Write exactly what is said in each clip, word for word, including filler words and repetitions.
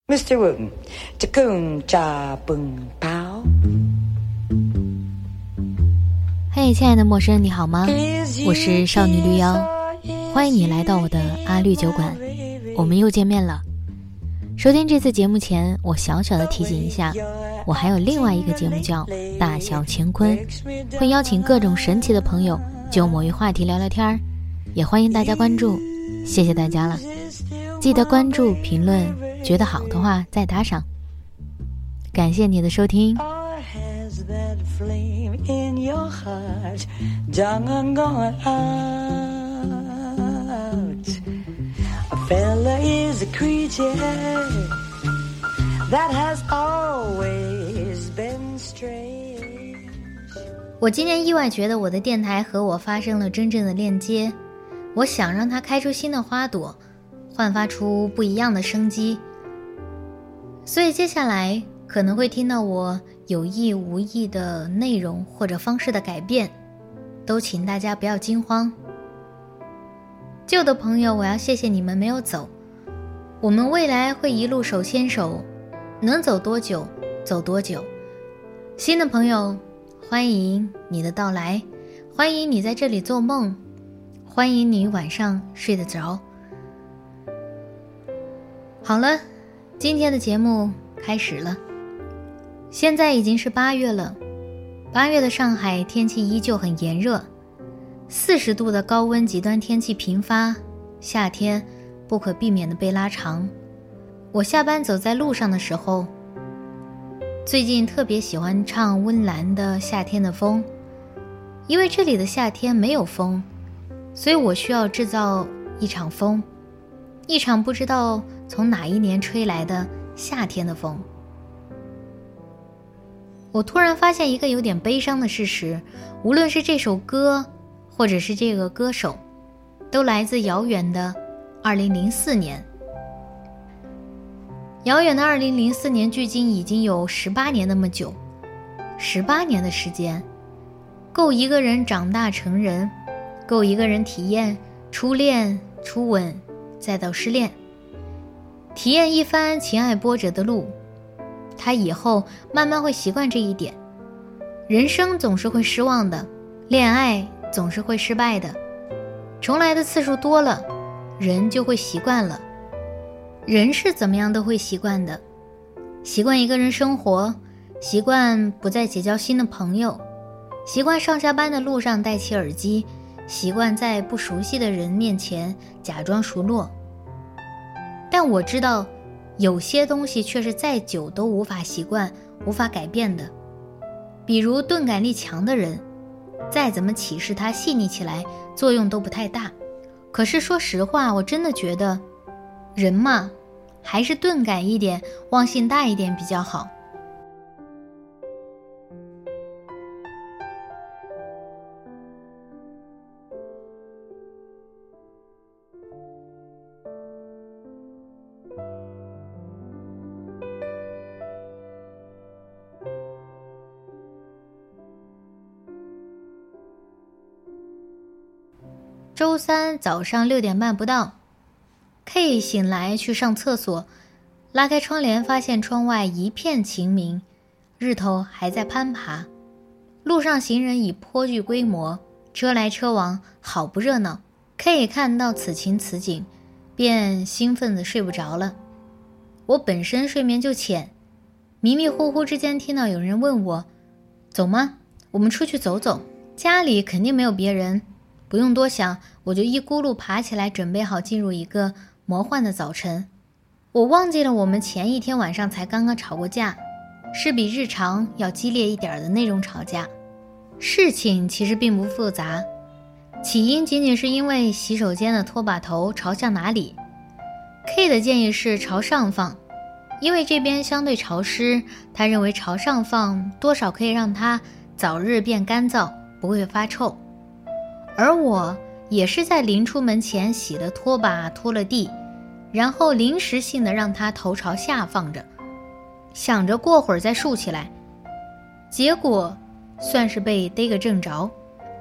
Mister Wooten, Takun Cha Bung Pao。 嘿，亲爱的陌生人，你好吗？我是少女绿妖，欢迎你来到我的阿绿酒馆，我们又见面了。收听这次节目前，我小小的提醒一下，我还有另外一个节目叫大小乾坤，会邀请各种神奇的朋友就某一话题聊聊天，也欢迎大家关注，谢谢大家了。记得关注评论，觉得好的话再打赏，感谢你的收听。我今年意外觉得我的电台和我发生了真正的链接，我想让它开出新的花朵，焕发出不一样的生机。所以接下来可能会听到我有意无意的内容或者方式的改变，都请大家不要惊慌。旧的朋友，我要谢谢你们没有走，我们未来会一路手牵手，能走多久走多久。新的朋友，欢迎你的到来，欢迎你在这里做梦，欢迎你晚上睡得着。好了，今天的节目开始了。现在已经是八月了，八月的上海天气依旧很炎热，四十度的高温极端天气频发，夏天不可避免地被拉长。我下班走在路上的时候，最近特别喜欢唱温岚的《夏天的风》，因为这里的夏天没有风，所以我需要制造一场风，一场不知道从哪一年吹来的夏天的风。我突然发现一个有点悲伤的事实，无论是这首歌或者是这个歌手，都来自遥远的二零零四年。遥远的二零零四年距今已经有十八年那么久，十八年的时间够一个人长大成人，够一个人体验初恋初吻再到失恋，体验一番情爱波折的路。他以后慢慢会习惯这一点，人生总是会失望的，恋爱总是会失败的，重来的次数多了，人就会习惯了。人是怎么样都会习惯的，习惯一个人生活，习惯不再结交新的朋友，习惯上下班的路上戴起耳机，习惯在不熟悉的人面前假装熟络。但我知道有些东西却是再久都无法习惯无法改变的，比如钝感力强的人，再怎么启示他细腻起来作用都不太大。可是说实话，我真的觉得人嘛，还是钝感一点，忘性大一点比较好。周三早上六点半不到， K 醒来去上厕所，拉开窗帘发现窗外一片晴明，日头还在攀爬，路上行人已颇具规模，车来车往，好不热闹。 K 看到此情此景，便兴奋地睡不着了。我本身睡眠就浅，迷迷糊糊之间听到有人问我，走吗？我们出去走走，家里肯定没有别人。不用多想，我就一咕噜爬起来，准备好进入一个魔幻的早晨。我忘记了我们前一天晚上才刚刚吵过架，是比日常要激烈一点的那种吵架。事情其实并不复杂，起因仅仅是因为洗手间的拖把头朝向哪里。 K 的建议是朝上放，因为这边相对潮湿，他认为朝上放多少可以让它早日变干燥，不会发臭。而我也是在临出门前洗了拖把拖了地，然后临时性的让它头朝下放着，想着过会儿再竖起来，结果算是被逮个正着。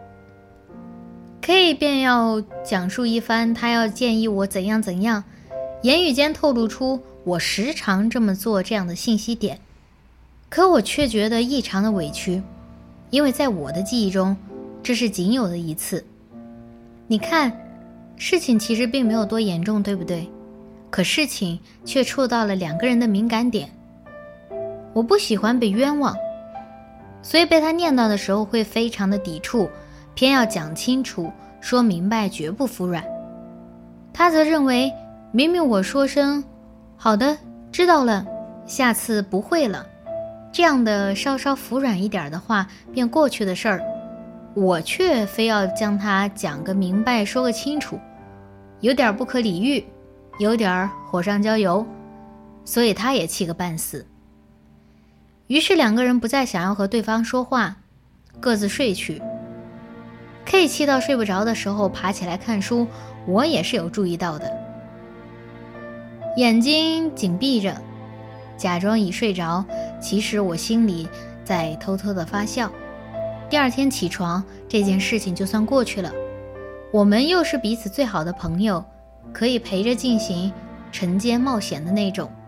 K 便要讲述一番，他要建议我怎样怎样， 言语间透露出我时常这么做这样的信息点，可我却觉得异常的委屈，因为在我的记忆中，这是仅有的一次。你看，事情其实并没有多严重，对不对？可事情却触到了两个人的敏感点。我不喜欢被冤枉，所以被他念叨的时候会非常的抵触，偏要讲清楚说明白，绝不服软。他则认为明明我说声好的知道了，下次不会了，这样的稍稍服软一点的话便过去的事儿，我却非要将他讲个明白，说个清楚，有点不可理喻，有点火上浇油，所以他也气个半死。于是两个人不再想要和对方说话，各自睡去。 K 气到睡不着的时候爬起来看书，我也是有注意到的，眼睛紧闭着，假装已睡着，其实我心里在偷偷的发笑。第二天起床，这件事情就算过去了，我们又是彼此最好的朋友，可以陪着进行晨间冒险的那种。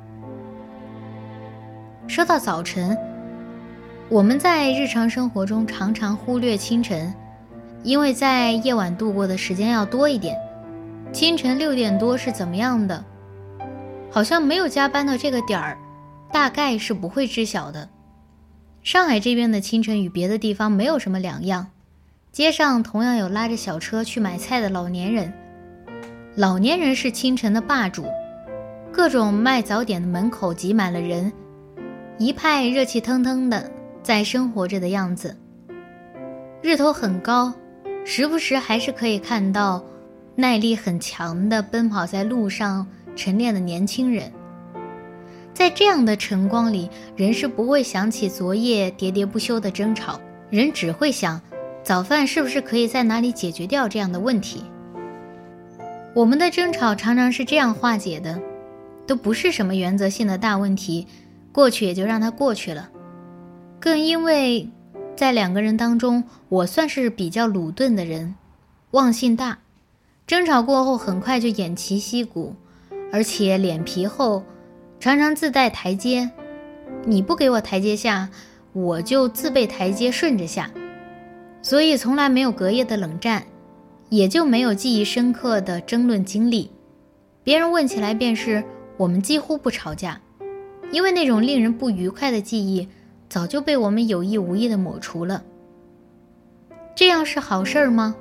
说到早晨，我们在日常生活中常常忽略清晨，因为在夜晚度过的时间要多一点。清晨六点多是怎么样的？好像没有加班到这个点儿，大概是不会知晓的。上海这边的清晨与别的地方没有什么两样，街上同样有拉着小车去买菜的老年人，老年人是清晨的霸主，各种卖早点的门口挤满了人，一派热气腾腾的在生活着的样子。日头很高，时不时还是可以看到耐力很强的奔跑在路上晨练的年轻人。在这样的晨光里，人是不会想起昨夜喋喋不休的争吵，人只会想早饭是不是可以在哪里解决掉这样的问题。我们的争吵常常是这样化解的，都不是什么原则性的大问题，过去也就让它过去了。更因为在两个人当中，我算是比较鲁钝的人，忘性大，争吵过后很快就偃旗息鼓，而且脸皮厚，常常自带台阶，你不给我台阶下，我就自备台阶顺着下，所以从来没有隔夜的冷战，也就没有记忆深刻的争论经历。别人问起来便是我们几乎不吵架，因为那种令人不愉快的记忆早就被我们有意无意地抹除了。这样是好事吗？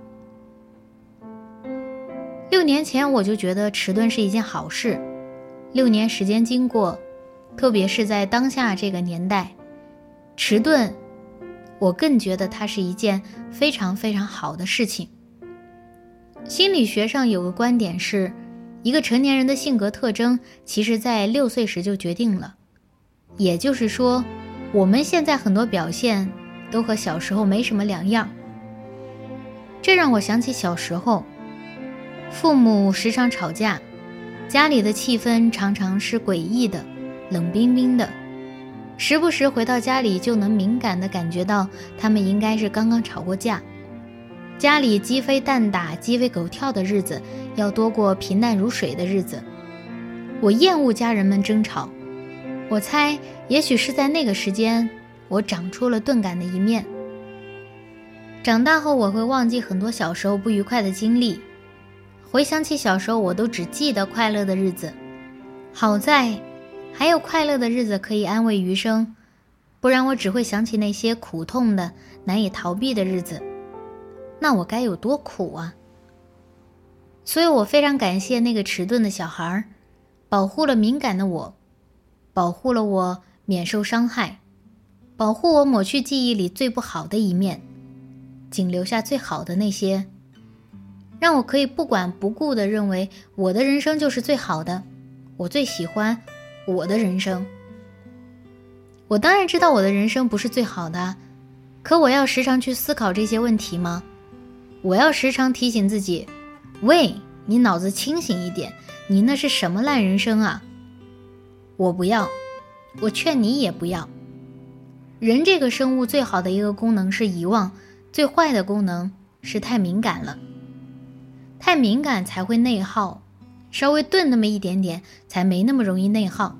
六年前我就觉得迟钝是一件好事，六年时间经过，特别是在当下这个年代，迟钝我更觉得它是一件非常非常好的事情。心理学上有个观点是，一个成年人的性格特征其实在六岁时就决定了，也就是说我们现在很多表现都和小时候没什么两样。这让我想起小时候，父母时常吵架，家里的气氛常常是诡异的，冷冰冰的，时不时回到家里就能敏感地感觉到他们应该是刚刚吵过架。家里鸡飞蛋打鸡飞狗跳的日子要多过平淡如水的日子。我厌恶家人们争吵，我猜也许是在那个时间我长出了钝感的一面。长大后我会忘记很多小时候不愉快的经历，回想起小时候我都只记得快乐的日子，好在还有快乐的日子可以安慰余生，不然我只会想起那些苦痛的难以逃避的日子，那我该有多苦啊。所以我非常感谢那个迟钝的小孩，保护了敏感的我，保护了我免受伤害，保护我抹去记忆里最不好的一面，仅留下最好的那些，让我可以不管不顾地认为我的人生就是最好的，我最喜欢我的人生。我当然知道我的人生不是最好的，可我要时常去思考这些问题吗？我要时常提醒自己，喂，你脑子清醒一点，你那是什么烂人生啊？我不要，我劝你也不要。人这个生物最好的一个功能是遗忘，最坏的功能是太敏感了。太敏感才会内耗， 稍微钝那么一点点，才没那么容易内耗。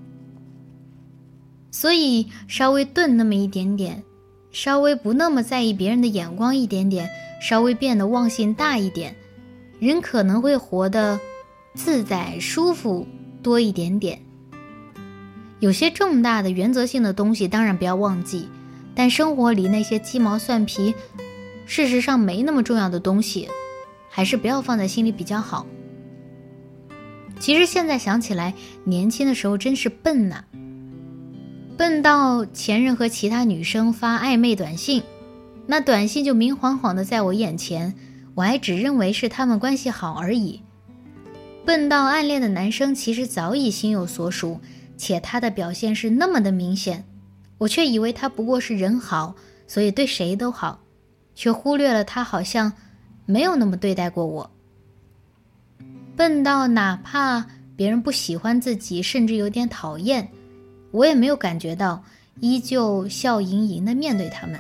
所以稍微钝那么一点点，稍微不那么在意别人的眼光一点点，稍微变得忘性大一点，人可能会活得自在舒服多一点点。有些重大的原则性的东西当然不要忘记，但生活里那些鸡毛蒜皮事实上没那么重要的东西，还是不要放在心里比较好。其实现在想起来，年轻的时候真是笨呐、啊，笨到前任和其他女生发暧昧短信，那短信就明晃晃的在我眼前，我还只认为是他们关系好而已。笨到暗恋的男生其实早已心有所属，且他的表现是那么的明显，我却以为他不过是人好，所以对谁都好，却忽略了他好像没有那么对待过我。笨到哪怕别人不喜欢自己，甚至有点讨厌，我也没有感觉到，依旧笑盈盈地面对他们。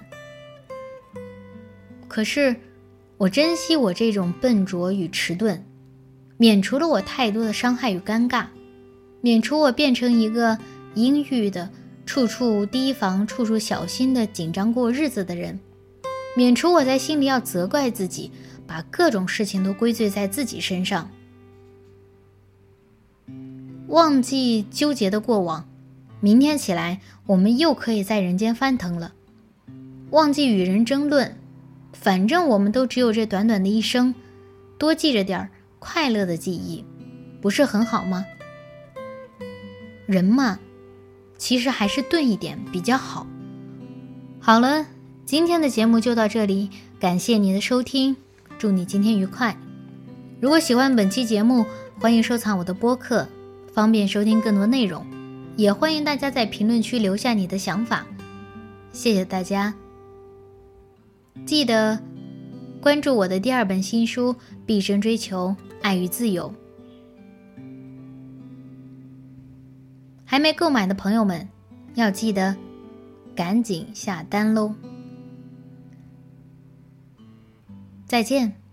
可是我珍惜我这种笨拙与迟钝，免除了我太多的伤害与尴尬，免除我变成一个阴郁的处处提防处处小心的紧张过日子的人，免除我在心里要责怪自己，把各种事情都归罪在自己身上。忘记纠结的过往，明天起来我们又可以在人间翻腾了。忘记与人争论，反正我们都只有这短短的一生，多记着点快乐的记忆，不是很好吗？人嘛，其实还是钝一点比较好。好了，今天的节目就到这里，感谢你的收听，祝你今天愉快。如果喜欢本期节目，欢迎收藏我的播客，方便收听更多内容，也欢迎大家在评论区留下你的想法。谢谢大家，记得关注我的第二本新书《毕生追求爱与自由》。还没购买的朋友们，要记得赶紧下单喽！再见。